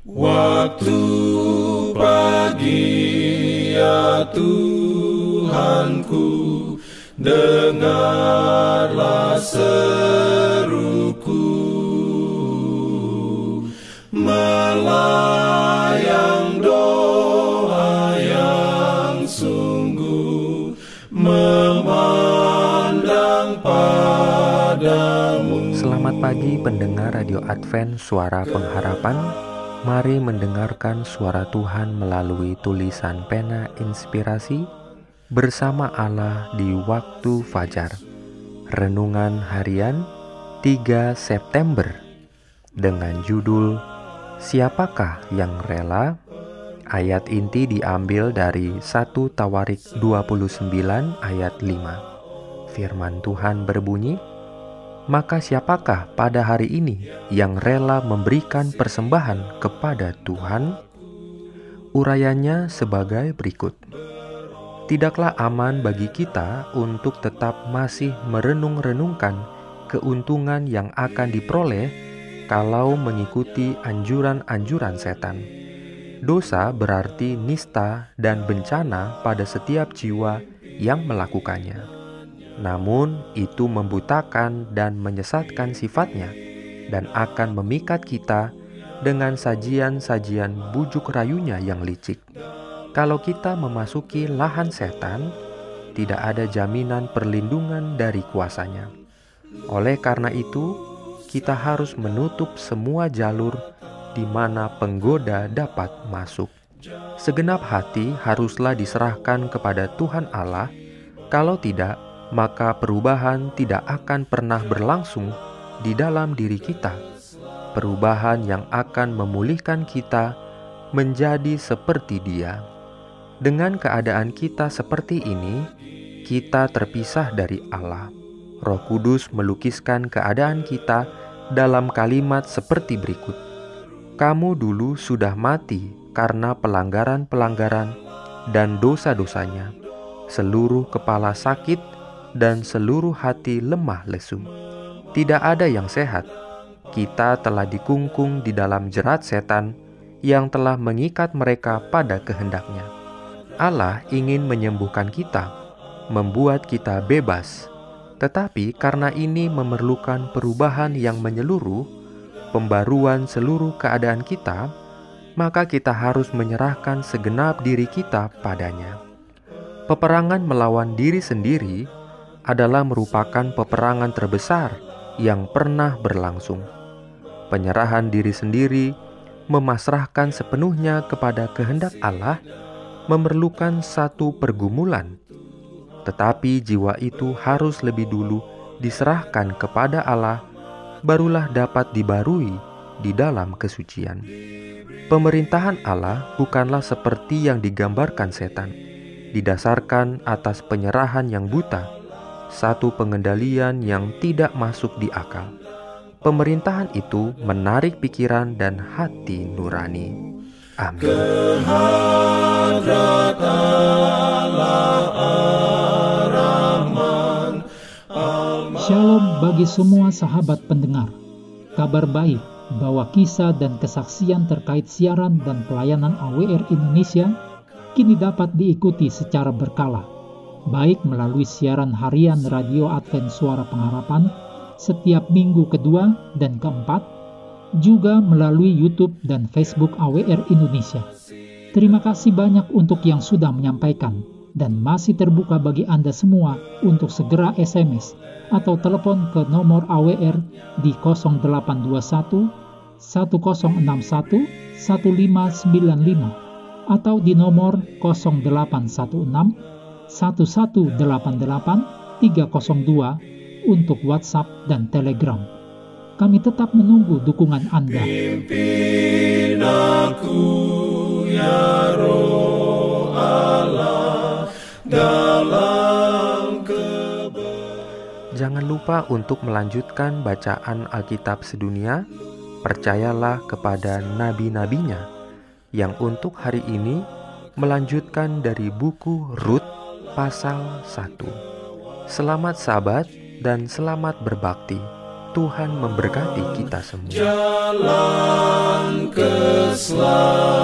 Waktu pagi ya Tuhanku, dengarlah seruku, melayang doa yang sungguh, memandang padamu. Selamat pagi pendengar Radio Advent Suara Pengharapan. Mari mendengarkan suara Tuhan melalui tulisan pena inspirasi bersama Allah di waktu fajar. Renungan harian 3 September dengan judul Siapakah yang rela? Ayat inti diambil dari 1 Tawarik 29 ayat 5. Firman Tuhan berbunyi, maka siapakah pada hari ini yang rela memberikan persembahan kepada Tuhan? Urayanya sebagai berikut. Tidaklah aman bagi kita untuk tetap masih merenung-renungkan keuntungan yang akan diperoleh kalau mengikuti anjuran-anjuran setan. Dosa berarti nista dan bencana pada setiap jiwa yang melakukannya. Namun, itu membutakan dan menyesatkan sifatnya dan akan memikat kita dengan sajian-sajian bujuk rayunya yang licik. Kalau kita memasuki lahan setan, tidak ada jaminan perlindungan dari kuasanya. Oleh karena itu, kita harus menutup semua jalur di mana penggoda dapat masuk. Segenap hati haruslah diserahkan kepada Tuhan Allah, kalau tidak, maka perubahan tidak akan pernah berlangsung di dalam diri kita. Perubahan yang akan memulihkan kita menjadi seperti Dia. Dengan keadaan kita seperti ini, kita terpisah dari Allah. Roh Kudus melukiskan keadaan kita dalam kalimat seperti berikut. Kamu dulu sudah mati karena pelanggaran-pelanggaran dan dosa-dosanya. Seluruh kepala sakit dan seluruh hati lemah lesu. Tidak ada yang sehat. Kita telah dikungkung di dalam jerat setan yang telah mengikat mereka pada kehendaknya. Allah ingin menyembuhkan kita, membuat kita bebas. Tetapi karena ini memerlukan perubahan yang menyeluruh, pembaruan seluruh keadaan kita, maka kita harus menyerahkan segenap diri kita padanya. Peperangan melawan diri sendiri adalah merupakan peperangan terbesar yang pernah berlangsung. Penyerahan diri sendiri, memasrahkan sepenuhnya kepada kehendak Allah, memerlukan satu pergumulan. Tetapi jiwa itu harus lebih dulu diserahkan kepada Allah, barulah dapat dibarui di dalam kesucian. Pemerintahan Allah bukanlah seperti yang digambarkan setan, didasarkan atas penyerahan yang buta, satu pengendalian yang tidak masuk di akal. Pemerintahan itu menarik pikiran dan hati nurani. Amin. Shalom bagi semua sahabat pendengar. Kabar baik bahwa kisah dan kesaksian terkait siaran dan pelayanan AWR Indonesia kini dapat diikuti secara berkala, baik melalui siaran harian Radio Advent Suara Pengharapan setiap minggu kedua dan keempat, juga melalui YouTube dan Facebook AWR Indonesia. Terima kasih banyak untuk yang sudah menyampaikan, dan masih terbuka bagi Anda semua untuk segera SMS atau telepon ke nomor AWR di 0821 1061 1595 atau di nomor 0816 1188 302 untuk WhatsApp dan Telegram. Kami tetap menunggu dukungan Anda. Pimpin aku ya Roh Allah dalam Jangan lupa untuk melanjutkan bacaan Alkitab sedunia. Percayalah kepada nabi-nabinya yang untuk hari ini melanjutkan dari buku Rut pasal 1. Selamat Sabat dan selamat berbakti. Tuhan memberkati kita semua. Jalan keselamatan.